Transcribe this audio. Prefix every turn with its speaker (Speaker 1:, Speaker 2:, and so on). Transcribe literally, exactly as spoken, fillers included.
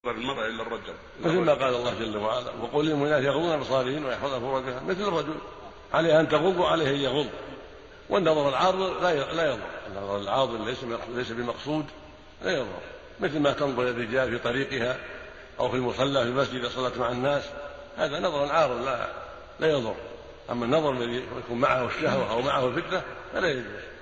Speaker 1: المرأة إلا الرجل،
Speaker 2: مثل ما قال الله جل وعلا: وقل للمؤمنات يغضضن أبصارهن ويحفظن فروجهن، مثل الرجل عليها أن تغض وعليه أن يغض. والنظر العارض لا يضر، النظر العارض ليس ليس بمقصود لا يضر، مثل ما تنظر الرجال في طريقها أو في المصلى في المسجد إذا صلت مع الناس، هذا نظر عارض لا لا يضر. أما النظر الذي يكون معه الشهوة أو معه الفتنة فلا يجوز.